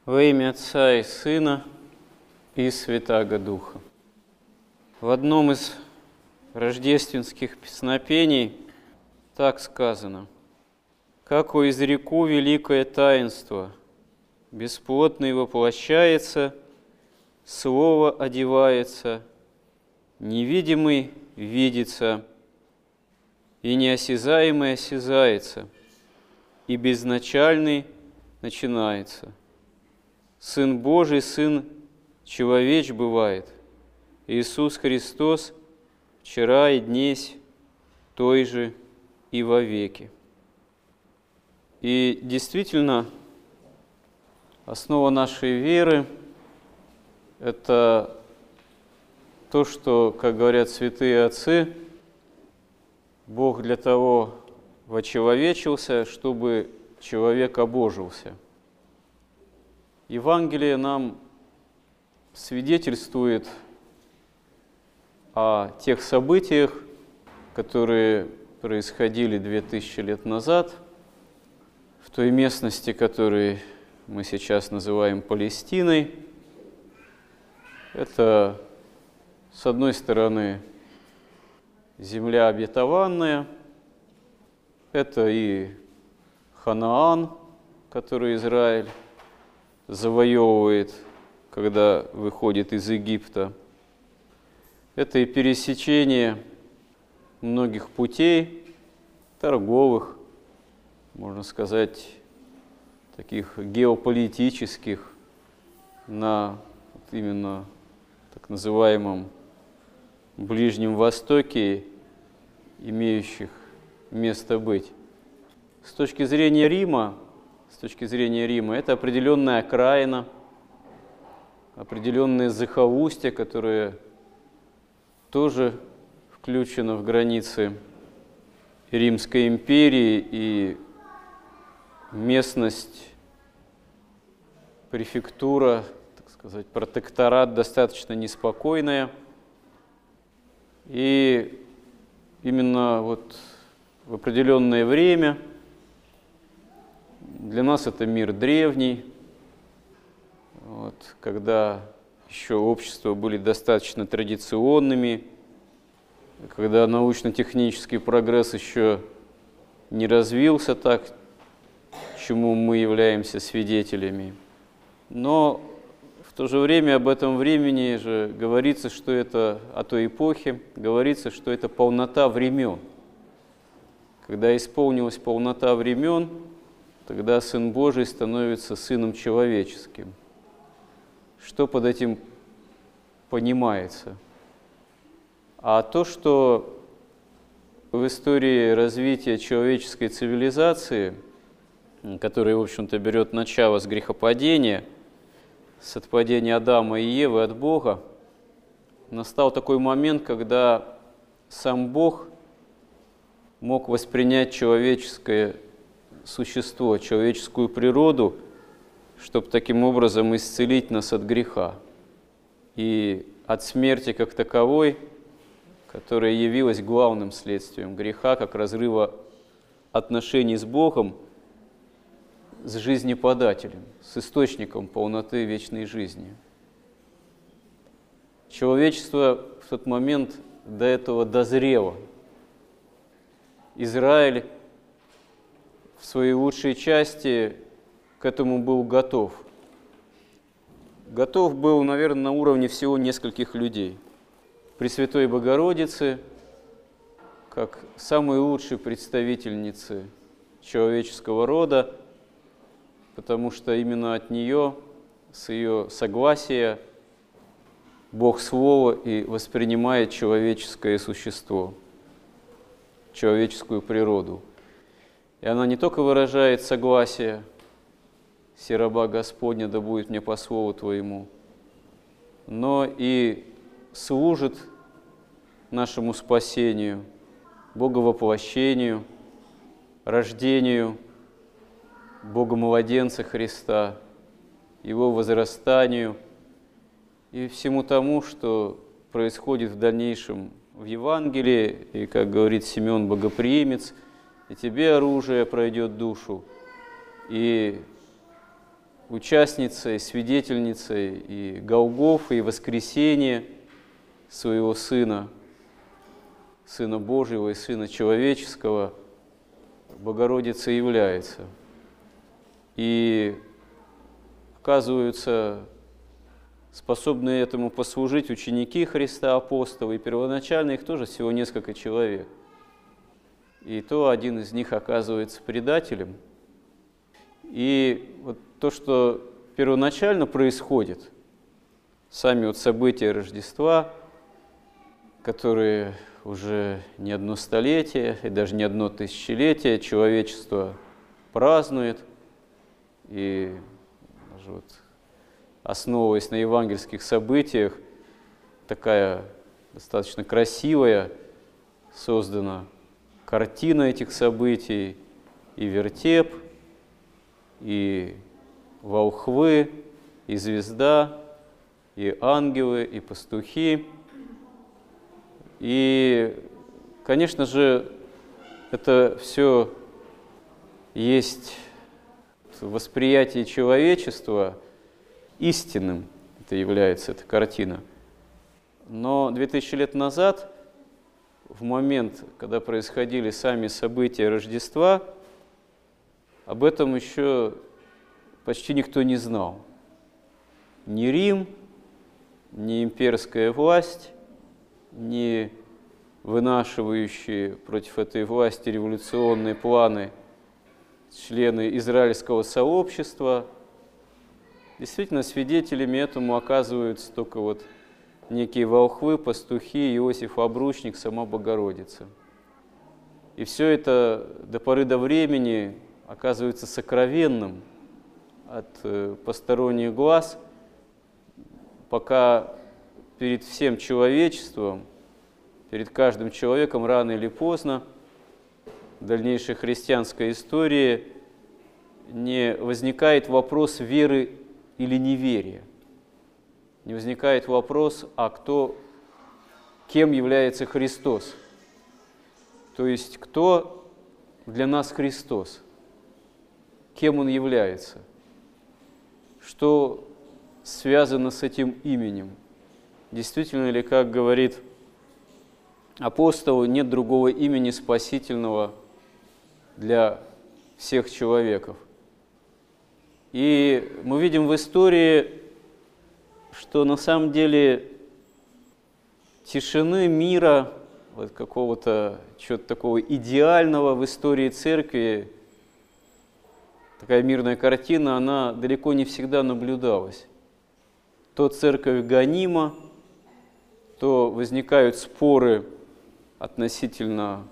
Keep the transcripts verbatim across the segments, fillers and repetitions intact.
Во имя Отца и Сына и Святаго Духа. В одном из рождественских песнопений так сказано: «Како изреку великое таинство, бесплотный воплощается, Слово одевается, невидимый видится, и неосязаемый осязается, и безначальный начинается. Сын Божий, Сын человеч бывает, Иисус Христос, вчера и днесь, той же и вовеки». И действительно, основа нашей веры – это то, что, как говорят святые отцы, Бог для того вочеловечился, чтобы человек обожился. Евангелие нам свидетельствует о тех событиях, которые происходили две тысячи лет назад в той местности, которую мы сейчас называем Палестиной. Это, с одной стороны, земля обетованная, это и Ханаан, который Израиль завоевывает, когда выходит из Египта. Это и пересечение многих путей, торговых, можно сказать, таких геополитических, на вот именно так называемом Ближнем Востоке, имеющих место быть. С точки зрения Рима, с точки зрения Рима, это определенная окраина, определенное захолустье, которое тоже включено в границы Римской империи, и местность, префектура, так сказать, протекторат достаточно неспокойная. И именно вот в определенное время, для нас это мир древний, вот, когда еще общества были достаточно традиционными, когда научно-технический прогресс еще не развился так, чему мы являемся свидетелями. Но в то же время об этом времени же говорится, что это о той эпохе, говорится, что это полнота времен. Когда исполнилась полнота времен, тогда Сын Божий становится Сыном Человеческим. Что под этим понимается? А то, что в истории развития человеческой цивилизации, которая, в общем-то, берет начало с грехопадения, с отпадения Адама и Евы от Бога, настал такой момент, когда сам Бог мог воспринять человеческое существо, человеческую природу, чтобы таким образом исцелить нас от греха и от смерти как таковой, которая явилась главным следствием греха, как разрыва отношений с Богом, с жизнеподателем, с источником полноты вечной жизни. Человечество в тот момент до этого дозрело. Израиль в своей лучшей части к этому был готов. Готов был, наверное, на уровне всего нескольких людей. Пресвятой Богородицы, как самой лучшей представительницы человеческого рода, потому что именно от нее, с ее согласия, Бог Слово и воспринимает человеческое существо, человеческую природу. И она не только выражает согласие: «Се раба Господня, да будет мне по слову Твоему», но и служит нашему спасению, Боговоплощению, рождению Бога-младенца Христа, Его возрастанию и всему тому, что происходит в дальнейшем в Евангелии. И, как говорит Симеон Богоприимец, и тебе оружие пройдет душу, и участницей, свидетельницей и Голгофы, и воскресения своего Сына, Сына Божьего и Сына Человеческого, Богородица является. И оказываются способны этому послужить ученики Христа, апостолы, и первоначально их тоже всего несколько человек. И то один из них оказывается предателем. И вот то, что первоначально происходит, сами вот события Рождества, которые уже не одно столетие и даже не одно тысячелетие человечество празднует, и даже вот, основываясь на евангельских событиях, такая достаточно красивая создана картина этих событий, и вертеп, и волхвы, и звезда, и ангелы, и пастухи. И, конечно же, это все есть восприятие человечества истинным, это является эта картина. Но две тысячи лет назад, в момент, когда происходили сами события Рождества, об этом еще почти никто не знал. Ни Рим, ни имперская власть, ни вынашивающие против этой власти революционные планы члены израильского сообщества. Действительно, свидетелями этому оказываются только вот некие волхвы, пастухи, Иосиф Обручник, сама Богородица. И все это до поры до времени оказывается сокровенным от посторонних глаз, пока перед всем человечеством, перед каждым человеком рано или поздно в дальнейшей христианской истории не возникает вопрос веры или неверия. Не возникает вопрос, а кто, кем является Христос. То есть, кто для нас Христос, кем Он является, что связано с этим именем. Действительно ли, как говорит апостол, нет другого имени спасительного для всех человеков. И мы видим в истории, что на самом деле тишины мира, вот какого-то чего-то такого идеального в истории церкви, такая мирная картина, она далеко не всегда наблюдалась. То церковь гонима, то возникают споры относительно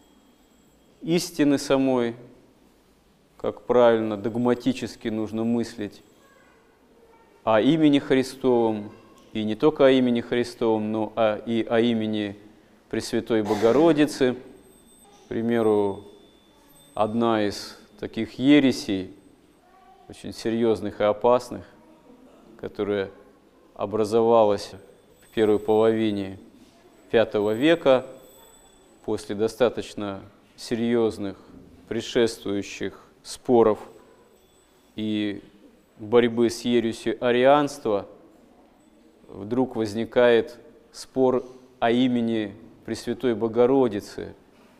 истины самой, как правильно догматически нужно мыслить о имени Христовом, и не только о имени Христовом, но и о имени Пресвятой Богородицы. К примеру, одна из таких ересей, очень серьезных и опасных, которая образовалась в первой половине пятого века, после достаточно серьезных предшествующих споров и борьбы с ересью арианства, вдруг возникает спор о имени Пресвятой Богородицы.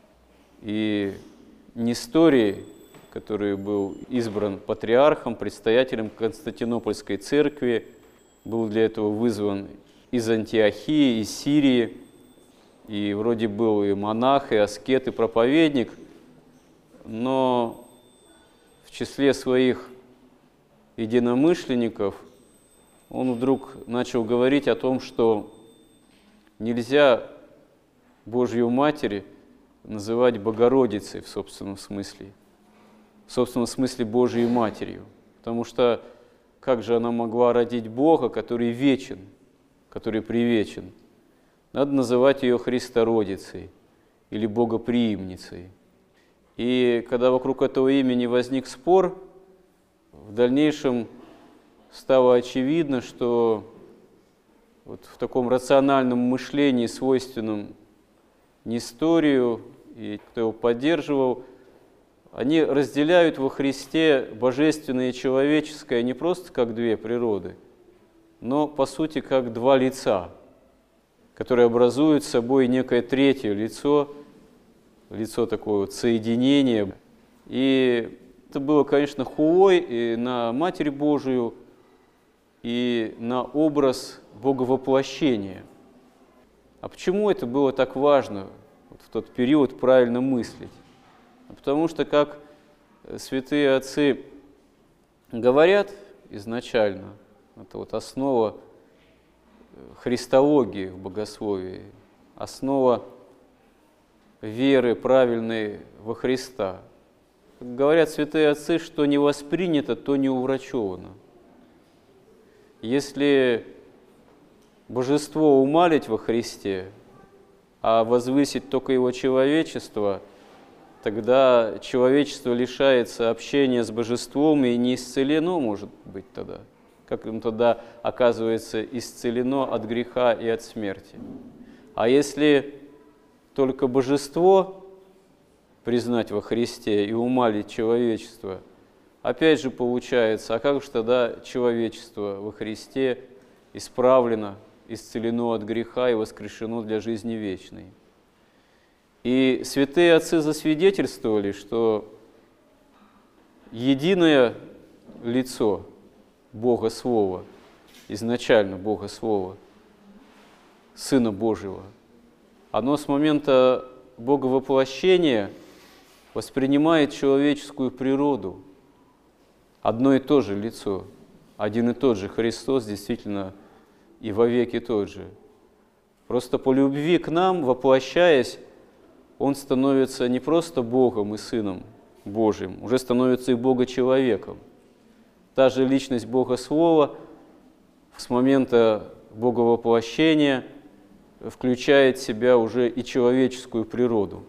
И Несторий, который был избран патриархом, предстоятелем Константинопольской церкви, был для этого вызван из Антиохии, из Сирии, и вроде был и монах, и аскет, и проповедник, но в числе своих единомышленников он вдруг начал говорить о том, что нельзя Божью Матерь называть Богородицей в собственном смысле, в собственном смысле Божией Матерью, потому что как же она могла родить Бога, который вечен, который привечен? Надо называть ее Христородицей или Богоприимницей. И когда вокруг этого имени возник спор, в дальнейшем стало очевидно, что вот в таком рациональном мышлении, свойственном Несторию, и кто его поддерживал, они разделяют во Христе божественное и человеческое не просто как две природы, но по сути как два лица, которые образуют собой некое третье лицо, лицо такого вот соединения. И это было, конечно, хулой и на Матерь Божию, и на образ Боговоплощения. А почему это было так важно вот в тот период правильно мыслить? Потому что, как святые отцы говорят изначально, это вот основа христологии в богословии, основа веры правильной во Христа. Говорят святые отцы, что не воспринято, то не уврачевано. Если божество умалить во Христе, а возвысить только его человечество, тогда человечество лишается общения с божеством и не исцелено, может быть, тогда. Как им тогда оказывается исцелено от греха и от смерти. А если только божество признать во Христе и умалить человечество, опять же получается, а как же тогда человечество во Христе исправлено, исцелено от греха и воскрешено для жизни вечной? И святые отцы засвидетельствовали, что единое лицо Бога Слова, изначально Бога Слова, Сына Божьего, оно с момента Боговоплощения воспринимает человеческую природу. Одно и то же лицо, один и тот же Христос, действительно, и вовеки тот же. Просто по любви к нам, воплощаясь, Он становится не просто Богом и Сыном Божьим, уже становится и Бога-человеком. Та же личность Бога Слова с момента Боговоплощения включает в себя уже и человеческую природу,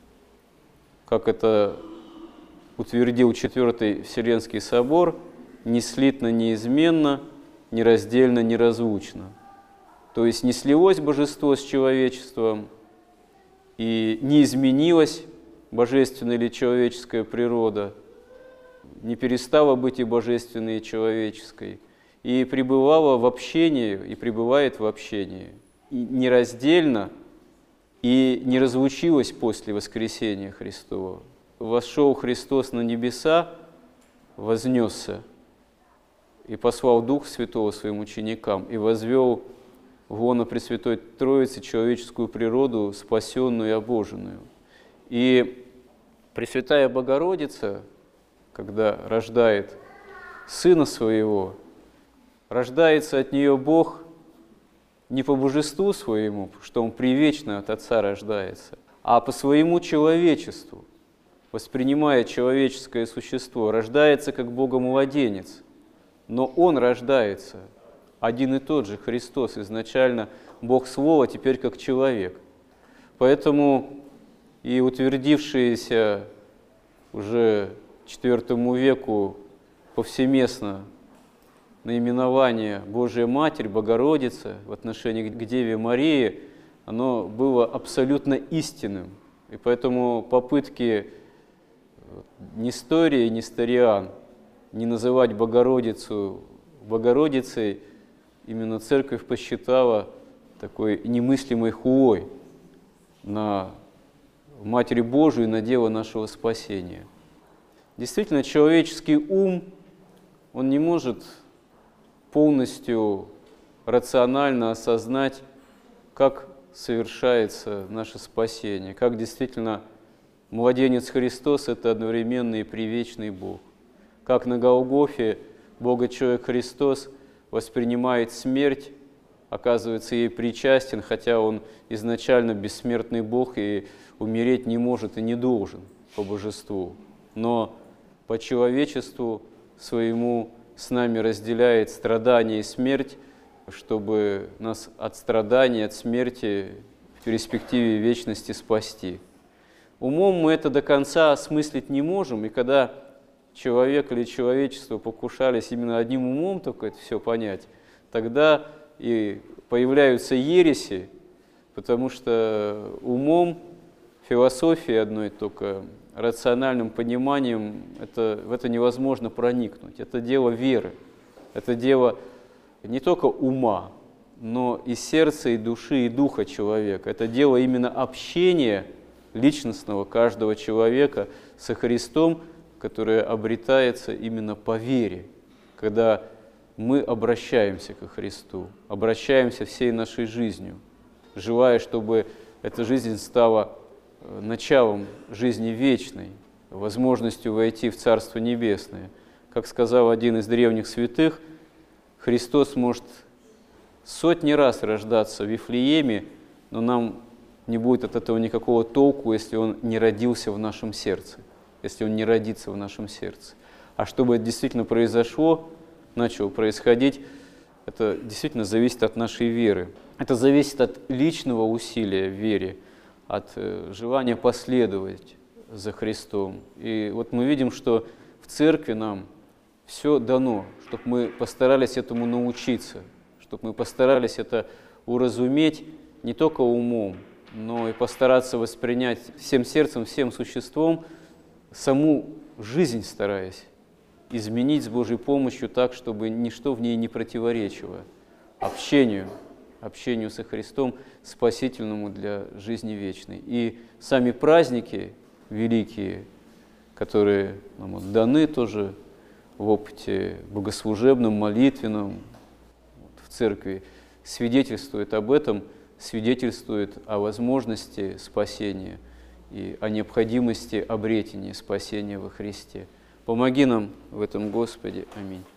как это утвердил Четвертый Вселенский собор, неслитно, неизменно, нераздельно, неразлучно. То есть не слилось божество с человечеством, и не изменилась божественная или человеческая природа, не перестала быть и божественной, и человеческой, и пребывала в общении, и пребывает в общении, и нераздельно, и не разлучилась после воскресения Христова. Вошел Христос на небеса, вознесся, и послал Дух Святого своим ученикам, и возвел в лоно Пресвятой Троицы человеческую природу, спасенную и обоженную. И Пресвятая Богородица, когда рождает Сына Своего, рождается от нее Бог не по божеству своему, что Он привечно от Отца рождается, а по своему человечеству, воспринимая человеческое существо, рождается как Бога-младенец, но Он рождается, один и тот же Христос, изначально Бог Слово, теперь как человек. Поэтому и утвердившиеся уже четвёртому веку повсеместно наименование Божия Матерь, Богородица в отношении к Деве Марии, оно было абсолютно истинным. И поэтому попытки Нестория и Несториан не называть Богородицу Богородицей, именно Церковь посчитала такой немыслимой хулой на Матерь Божию и на дело нашего спасения. Действительно, человеческий ум, он не может полностью рационально осознать, как совершается наше спасение, как действительно младенец Христос – это одновременно и привечный Бог, как на Голгофе Бога-человек Христос воспринимает смерть, оказывается ей причастен, хотя Он изначально бессмертный Бог и умереть не может и не должен по божеству, но по человечеству своему с нами разделяет страдания и смерть, чтобы нас от страданий, от смерти в перспективе вечности спасти. Умом мы это до конца осмыслить не можем, и когда человек или человечество покушались именно одним умом только это все понять, тогда и появляются ереси, потому что умом, философией одной только рациональным пониманием это, в это невозможно проникнуть. Это дело веры, это дело не только ума, но и сердца, и души, и духа человека. Это дело именно общения личностного каждого человека со Христом, которое обретается именно по вере, когда мы обращаемся ко Христу, обращаемся всей нашей жизнью, желая, чтобы эта жизнь стала началом жизни вечной, возможностью войти в Царство Небесное. Как сказал один из древних святых, Христос может сотни раз рождаться в Вифлееме, но нам не будет от этого никакого толку, если Он не родился в нашем сердце, если Он не родится в нашем сердце. А чтобы это действительно произошло, начало происходить, это действительно зависит от нашей веры. Это зависит от личного усилия в вере, от э, желания последовать за Христом. И вот мы видим, что в церкви нам все дано, чтобы мы постарались этому научиться, чтобы мы постарались это уразуметь не только умом, но и постараться воспринять всем сердцем, всем существом, саму жизнь стараясь изменить с Божьей помощью так, чтобы ничто в ней не противоречило общению, общению со Христом, спасительному для жизни вечной. И сами праздники великие, которые нам вот даны тоже в опыте богослужебном, молитвенном, вот, в церкви, свидетельствуют об этом, свидетельствуют о возможности спасения и о необходимости обретения спасения во Христе. Помоги нам в этом, Господи. Аминь.